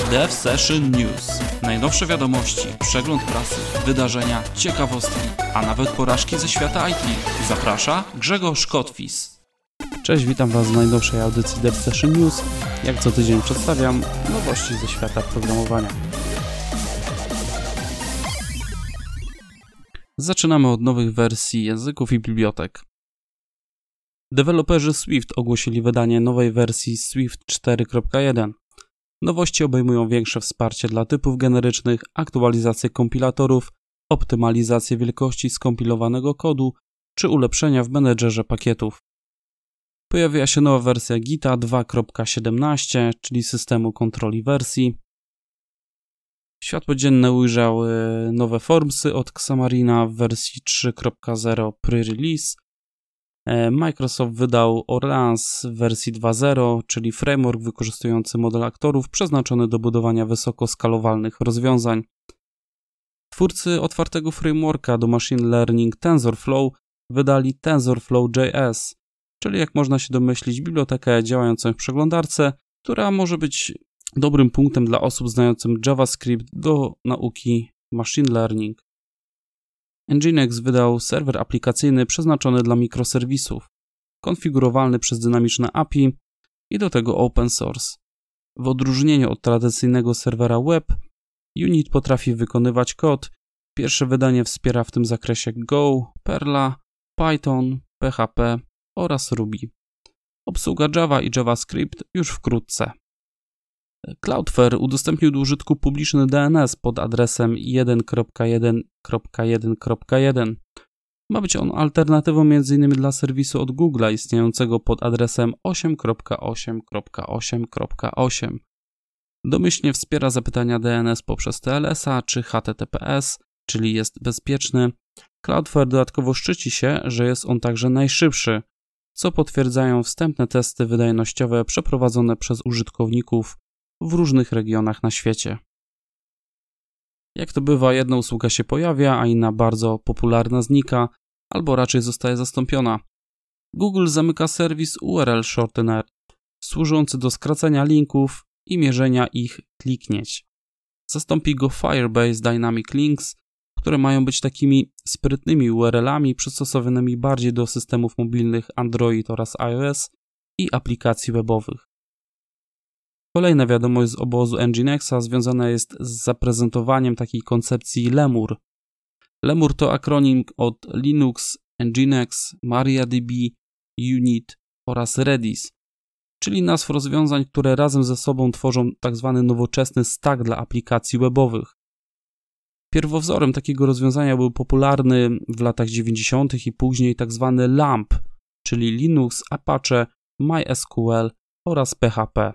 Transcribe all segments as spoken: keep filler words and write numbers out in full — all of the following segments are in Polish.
Dev Session News. Najnowsze wiadomości, przegląd prasy, wydarzenia, ciekawostki, a nawet porażki ze świata I T. Zaprasza Grzegorz Kotwis. Cześć, witam Was w najnowszej audycji Dev Session News. Jak co tydzień przedstawiam nowości ze świata programowania. Zaczynamy od nowych wersji języków i bibliotek. Deweloperzy Swift ogłosili wydanie nowej wersji Swift cztery kropka jeden. Nowości obejmują większe wsparcie dla typów generycznych, aktualizację kompilatorów, optymalizację wielkości skompilowanego kodu czy ulepszenia w menedżerze pakietów. Pojawiła się nowa wersja Gita dwa kropka siedemnaście, czyli systemu kontroli wersji. Światło dzienne ujrzały nowe formsy od Xamarina w wersji trzy kropka zero pre-release. Microsoft wydał Orleans w wersji dwa zero, czyli framework wykorzystujący model aktorów przeznaczony do budowania wysoko skalowalnych rozwiązań. Twórcy otwartego frameworka do machine learning TensorFlow wydali TensorFlow.js, czyli jak można się domyślić bibliotekę działającą w przeglądarce, która może być dobrym punktem dla osób znających JavaScript do nauki machine learning. Nginx wydał serwer aplikacyjny przeznaczony dla mikroserwisów, konfigurowalny przez dynamiczne A P I i do tego open source. W odróżnieniu od tradycyjnego serwera web, Unit potrafi wykonywać kod. Pierwsze wydanie wspiera w tym zakresie Go, Perla, Python, P H P oraz Ruby. Obsługa Java i JavaScript już wkrótce. Cloudflare udostępnił do użytku publiczny D N S pod adresem jeden kropka jeden kropka jeden kropka jeden. Ma być on alternatywą m.in. dla serwisu od Google'a istniejącego pod adresem osiem kropka osiem kropka osiem kropka osiem. Domyślnie wspiera zapytania D N S poprzez T L S a czy H T T P S, czyli jest bezpieczny. Cloudflare dodatkowo szczyci się, że jest on także najszybszy, co potwierdzają wstępne testy wydajnościowe przeprowadzone przez użytkowników w różnych regionach na świecie. Jak to bywa, jedna usługa się pojawia, a inna bardzo popularna znika, albo raczej zostaje zastąpiona. Google zamyka serwis U R L Shortener, służący do skracania linków i mierzenia ich kliknięć. Zastąpi go Firebase Dynamic Links, które mają być takimi sprytnymi U R L-ami przystosowanymi bardziej do systemów mobilnych Android oraz iOS i aplikacji webowych. Kolejna wiadomość z obozu Nginxa związana jest z zaprezentowaniem takiej koncepcji Lemur. Lemur to akronim od Linux, Nginx, MariaDB, Unit oraz Redis, czyli nazw rozwiązań, które razem ze sobą tworzą tzw. nowoczesny stack dla aplikacji webowych. Pierwowzorem takiego rozwiązania był popularny w latach dziewięćdziesiątych i później tzw. LAMP, czyli Linux, Apache, MySQL oraz P H P.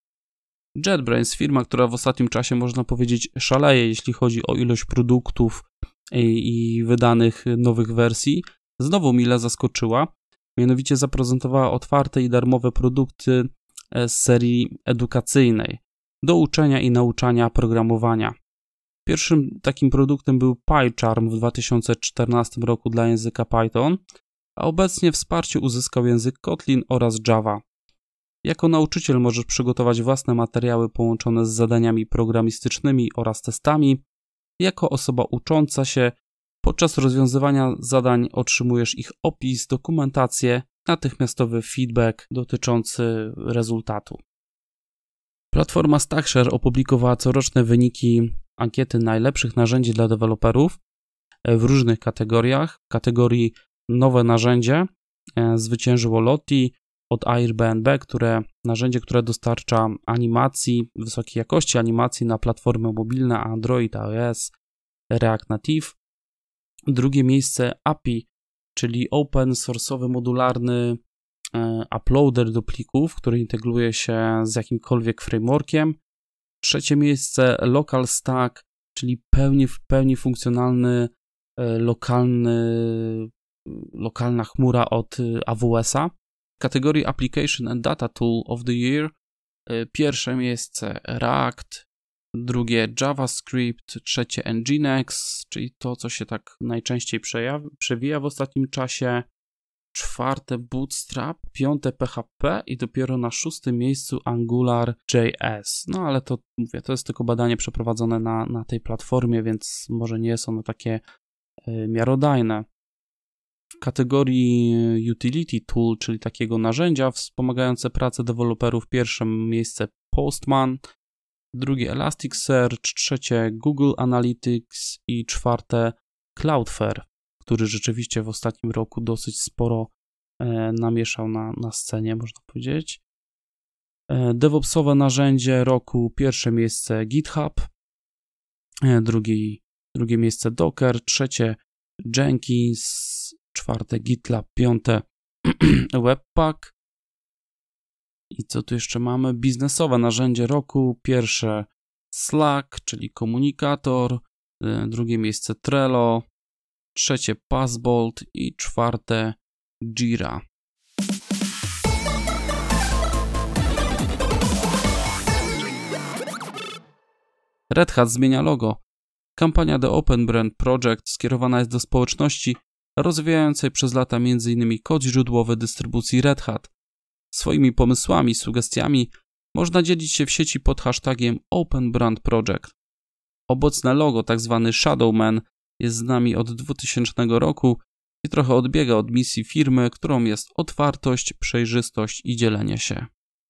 JetBrains, firma, która w ostatnim czasie można powiedzieć szaleje, jeśli chodzi o ilość produktów i, i wydanych nowych wersji, znowu mile zaskoczyła. Mianowicie zaprezentowała otwarte i darmowe produkty z serii edukacyjnej do uczenia i nauczania programowania. Pierwszym takim produktem był PyCharm w dwa tysiące czternastym roku dla języka Python, a obecnie wsparcie uzyskał język Kotlin oraz Java. Jako nauczyciel możesz przygotować własne materiały połączone z zadaniami programistycznymi oraz testami. Jako osoba ucząca się, podczas rozwiązywania zadań otrzymujesz ich opis, dokumentację, natychmiastowy feedback dotyczący rezultatu. Platforma Stackshare opublikowała coroczne wyniki ankiety najlepszych narzędzi dla deweloperów w różnych kategoriach. W kategorii nowe narzędzie zwyciężyło Lottie od Airbnb, które narzędzie, które dostarcza animacji, wysokiej jakości animacji na platformy mobilne Android, iOS, React Native. Drugie miejsce A P I, czyli open source'owy modularny uploader do plików, który integruje się z jakimkolwiek frameworkiem. Trzecie miejsce Local Stack, czyli pełni, w pełni funkcjonalny lokalny, lokalna chmura od A W S a. W kategorii Application and Data Tool of the Year pierwsze miejsce React, drugie JavaScript, trzecie Nginx, czyli to, co się tak najczęściej przejawi, przewija w ostatnim czasie. czwarte Bootstrap, piąte P H P i dopiero na szóstym miejscu Angular J S. No ale to mówię, to jest tylko badanie przeprowadzone na, na tej platformie, więc może nie jest ono takie y, miarodajne. W kategorii Utility Tool, czyli takiego narzędzia wspomagające pracę deweloperów, pierwsze miejsce Postman, drugie Elasticsearch, trzecie Google Analytics i czwarte Cloudflare, który rzeczywiście w ostatnim roku dosyć sporo e, namieszał na, na scenie, można powiedzieć. E, DevOpsowe narzędzie roku, pierwsze miejsce GitHub, e, drugi, drugie miejsce Docker, trzecie Jenkins, czwarte GitLab, piąte Webpack. I co tu jeszcze mamy? Biznesowe narzędzie roku, pierwsze Slack, czyli komunikator, e, drugie miejsce Trello, trzecie Passbolt i czwarte Jira. Red Hat zmienia logo. Kampania The Open Brand Project skierowana jest do społeczności rozwijającej przez lata m.in. kod źródłowy dystrybucji Red Hat. Swoimi pomysłami i sugestiami można dzielić się w sieci pod hashtagiem Open Brand Project. Obecne logo, tzw. Shadowman, jest z nami od dwutysięcznego roku i trochę odbiega od misji firmy, którą jest otwartość, przejrzystość i dzielenie się.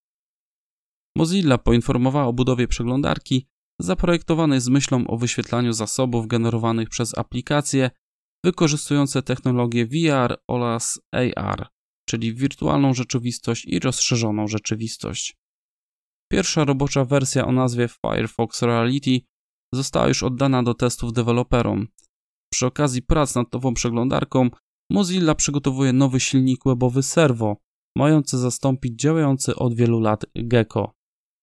Mozilla poinformowała o budowie przeglądarki zaprojektowanej z myślą o wyświetlaniu zasobów generowanych przez aplikacje wykorzystujące technologię V R oraz A R, czyli wirtualną rzeczywistość i rozszerzoną rzeczywistość. Pierwsza robocza wersja o nazwie Firefox Reality została już oddana do testów deweloperom. Przy okazji prac nad nową przeglądarką Mozilla przygotowuje nowy silnik webowy Servo, mający zastąpić działający od wielu lat Gecko.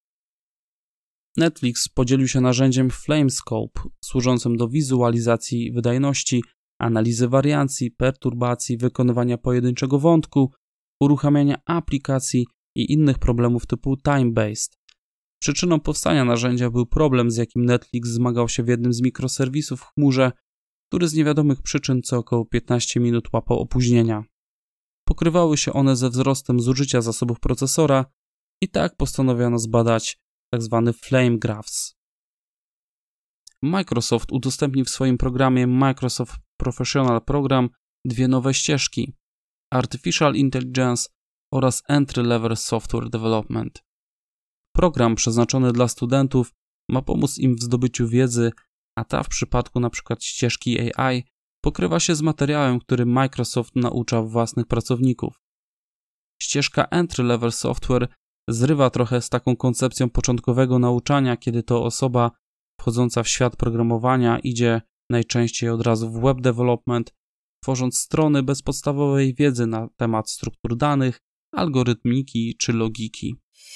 Netflix podzielił się narzędziem Flamescope, służącym do wizualizacji wydajności, analizy wariancji, perturbacji, wykonywania pojedynczego wątku, uruchamiania aplikacji i innych problemów typu time-based. Przyczyną powstania narzędzia był problem, z jakim Netflix zmagał się w jednym z mikroserwisów w chmurze, który z niewiadomych przyczyn co około piętnaście minut łapał opóźnienia. Pokrywały się one ze wzrostem zużycia zasobów procesora i tak postanowiono zbadać tzw. Flame Graphs. Microsoft udostępnił w swoim programie Microsoft Professional Program dwie nowe ścieżki: Artificial Intelligence oraz Entry Level Software Development. Program przeznaczony dla studentów ma pomóc im w zdobyciu wiedzy, a ta w przypadku np. ścieżki A I pokrywa się z materiałem, który Microsoft naucza własnych pracowników. Ścieżka Entry Level Software zrywa trochę z taką koncepcją początkowego nauczania, kiedy to osoba wchodząca w świat programowania idzie najczęściej od razu w web development, tworząc strony bez podstawowej wiedzy na temat struktur danych, algorytmiki czy logiki.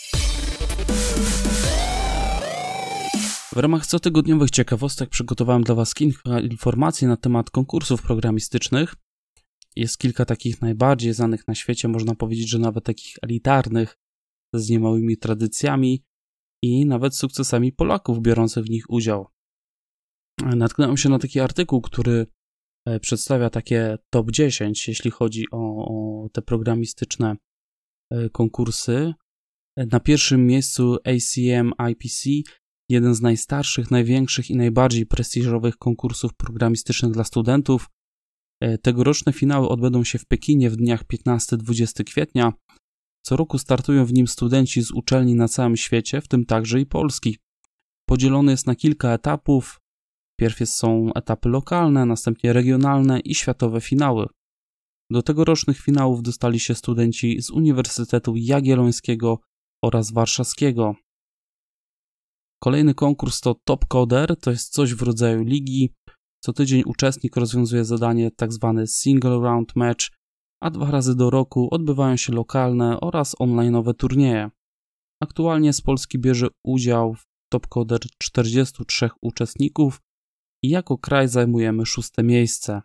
W ramach cotygodniowych ciekawostek przygotowałem dla Was kilka informacji na temat konkursów programistycznych. Jest kilka takich najbardziej znanych na świecie, można powiedzieć, że nawet takich elitarnych, z niemałymi tradycjami i nawet sukcesami Polaków biorących w nich udział. Natknąłem się na taki artykuł, który przedstawia takie top dziesięć, jeśli chodzi o, o te programistyczne konkursy. Na pierwszym miejscu A C M I P C, jeden z najstarszych, największych i najbardziej prestiżowych konkursów programistycznych dla studentów. Tegoroczne finały odbędą się w Pekinie w dniach piętnastego do dwudziestego kwietnia. Co roku startują w nim studenci z uczelni na całym świecie, w tym także i Polski. Podzielony jest na kilka etapów. Pierw są etapy lokalne, następnie regionalne i światowe finały. Do tegorocznych finałów dostali się studenci z Uniwersytetu Jagiellońskiego oraz Warszawskiego. Kolejny konkurs to Top Coder, to jest coś w rodzaju ligi. Co tydzień uczestnik rozwiązuje zadanie tzw. single round match, a dwa razy do roku odbywają się lokalne oraz online'owe turnieje. Aktualnie z Polski bierze udział w Top Coder czterdziestu trzech uczestników i jako kraj zajmujemy szóste miejsce.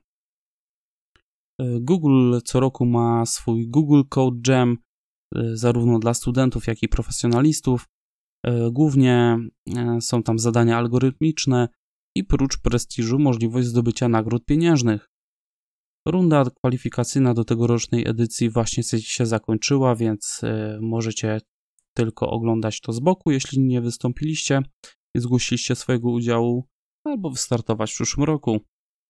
Google co roku ma swój Google Code Jam, zarówno dla studentów, jak i profesjonalistów. Głównie są tam zadania algorytmiczne i prócz prestiżu możliwość zdobycia nagród pieniężnych. Runda kwalifikacyjna do tegorocznej edycji właśnie się zakończyła, więc możecie tylko oglądać to z boku, jeśli nie wystąpiliście i zgłosiliście swojego udziału, albo wystartować w przyszłym roku.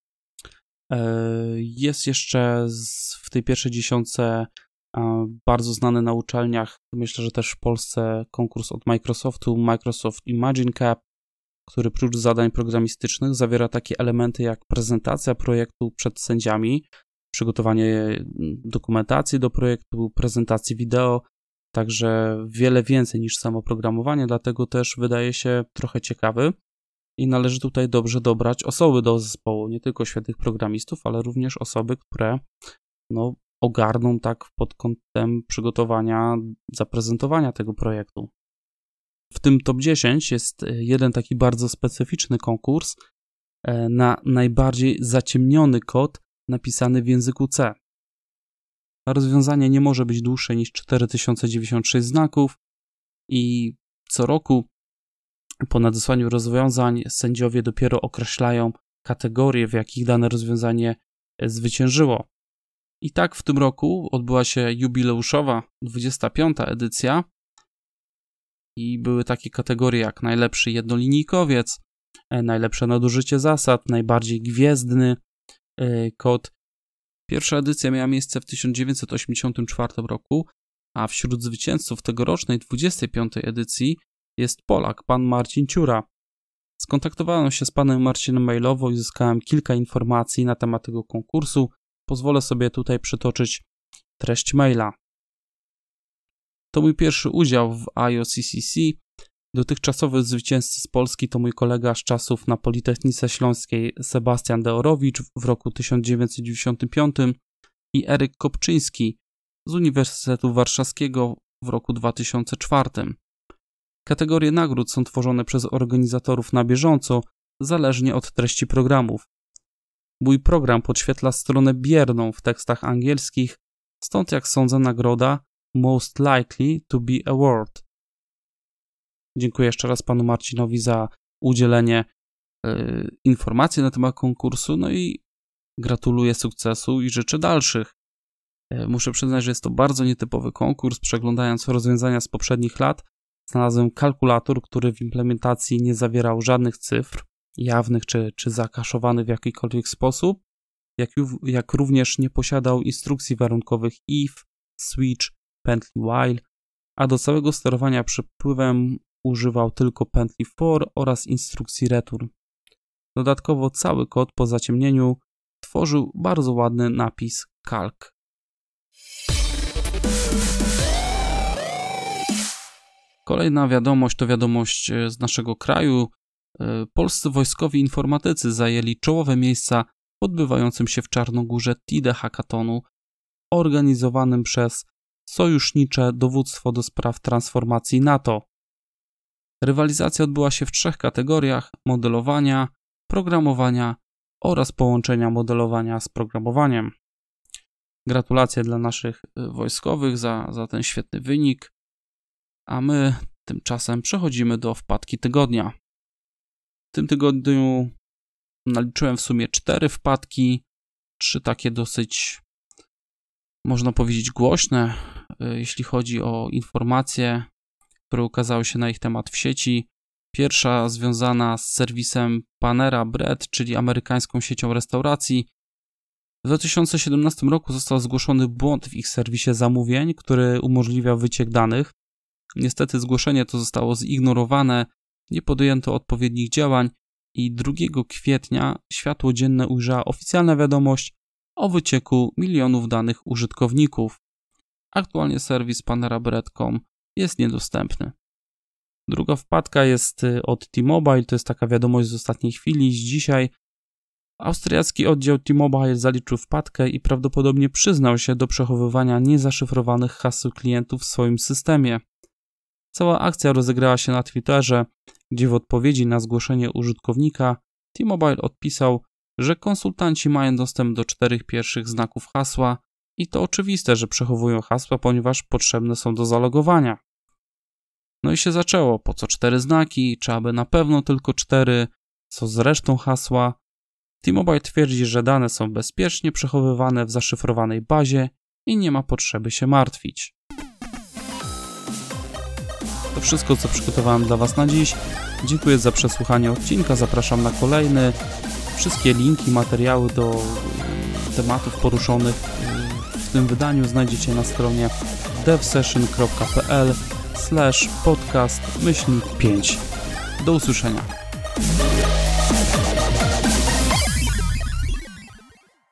Jest jeszcze w tej pierwszej dziesiątce bardzo znany na uczelniach, myślę, że też w Polsce, konkurs od Microsoftu, Microsoft Imagine Cup, który prócz zadań programistycznych zawiera takie elementy jak prezentacja projektu przed sędziami, przygotowanie dokumentacji do projektu, prezentacji wideo, także wiele więcej niż samo programowanie, dlatego też wydaje się trochę ciekawy i należy tutaj dobrze dobrać osoby do zespołu, nie tylko świetnych programistów, ale również osoby, które no, ogarną tak pod kątem przygotowania, zaprezentowania tego projektu. W tym top dziesięć jest jeden taki bardzo specyficzny konkurs na najbardziej zaciemniony kod napisany w języku C. Rozwiązanie nie może być dłuższe niż cztery tysiące dziewięćdziesiąt sześć znaków i co roku po nadesłaniu rozwiązań sędziowie dopiero określają kategorie, w jakich dane rozwiązanie zwyciężyło. I tak w tym roku odbyła się jubileuszowa dwudziesta piąta edycja i były takie kategorie jak najlepszy jednolinijkowiec, najlepsze nadużycie zasad, najbardziej gwiezdny kod. Pierwsza edycja miała miejsce w tysiąc dziewięćset osiemdziesiątym czwartym roku, a wśród zwycięzców tegorocznej dwudziestej piątej edycji jest Polak, pan Marcin Ciura. Skontaktowałem się z panem Marcinem mailowo i uzyskałem kilka informacji na temat tego konkursu. Pozwolę sobie tutaj przytoczyć treść maila. To mój pierwszy udział w I O C C C. Dotychczasowy zwycięzca z Polski to mój kolega z czasów na Politechnice Śląskiej Sebastian Deorowicz w roku tysiąc dziewięćset dziewięćdziesiątym piątym i Eryk Kopczyński z Uniwersytetu Warszawskiego w roku dwa tysiące czwartym. Kategorie nagród są tworzone przez organizatorów na bieżąco, zależnie od treści programów. Mój program podświetla stronę bierną w tekstach angielskich, stąd jak sądzę nagroda Most Likely to be Award. Dziękuję jeszcze raz panu Marcinowi za udzielenie y, informacji na temat konkursu, no i gratuluję sukcesu i życzę dalszych. Y, muszę przyznać, że jest to bardzo nietypowy konkurs. Przeglądając rozwiązania z poprzednich lat, znalazłem kalkulator, który w implementacji nie zawierał żadnych cyfr, jawnych czy, czy zakaszowanych w jakikolwiek sposób, jak, jak również nie posiadał instrukcji warunkowych if, switch, pętli while, a do całego sterowania przepływem używał tylko pętli for oraz instrukcji return. Dodatkowo cały kod po zaciemnieniu tworzył bardzo ładny napis calc. Kolejna wiadomość to wiadomość z naszego kraju. Polscy wojskowi informatycy zajęli czołowe miejsca w odbywającym się w Czarnogórze T I D E Hackathonu organizowanym przez Sojusznicze Dowództwo do Spraw Transformacji NATO. Rywalizacja odbyła się w trzech kategoriach: modelowania, programowania oraz połączenia modelowania z programowaniem. Gratulacje dla naszych wojskowych za, za ten świetny wynik, a my tymczasem przechodzimy do wpadki tygodnia. W tym tygodniu naliczyłem w sumie cztery wpadki, trzy takie dosyć, można powiedzieć, głośne, jeśli chodzi o informacje, które ukazały się na ich temat w sieci. Pierwsza związana z serwisem Panera Bread, czyli amerykańską siecią restauracji. W dwa tysiące siedemnastym roku został zgłoszony błąd w ich serwisie zamówień, który umożliwiał wyciek danych. Niestety zgłoszenie to zostało zignorowane, nie podjęto odpowiednich działań i drugiego kwietnia światło dzienne ujrzała oficjalna wiadomość o wycieku milionów danych użytkowników. Aktualnie serwis panera bread kropka com jest niedostępny. Druga wpadka jest od T-Mobile, to jest taka wiadomość z ostatniej chwili, z dzisiaj. Austriacki oddział T-Mobile zaliczył wpadkę i prawdopodobnie przyznał się do przechowywania niezaszyfrowanych haseł klientów w swoim systemie. Cała akcja rozegrała się na Twitterze, gdzie w odpowiedzi na zgłoszenie użytkownika T-Mobile odpisał, że konsultanci mają dostęp do czterech pierwszych znaków hasła i to oczywiste, że przechowują hasła, ponieważ potrzebne są do zalogowania. No i się zaczęło, po co cztery znaki, czy aby na pewno tylko cztery, co z resztą hasła. T-Mobile twierdzi, że dane są bezpiecznie przechowywane w zaszyfrowanej bazie i nie ma potrzeby się martwić. To wszystko, co przygotowałem dla Was na dziś. Dziękuję za przesłuchanie odcinka, zapraszam na kolejny. Wszystkie linki, materiały do tematów poruszonych w tym wydaniu znajdziecie na stronie devsession.pl slash podcast myślnik pięć. Do usłyszenia.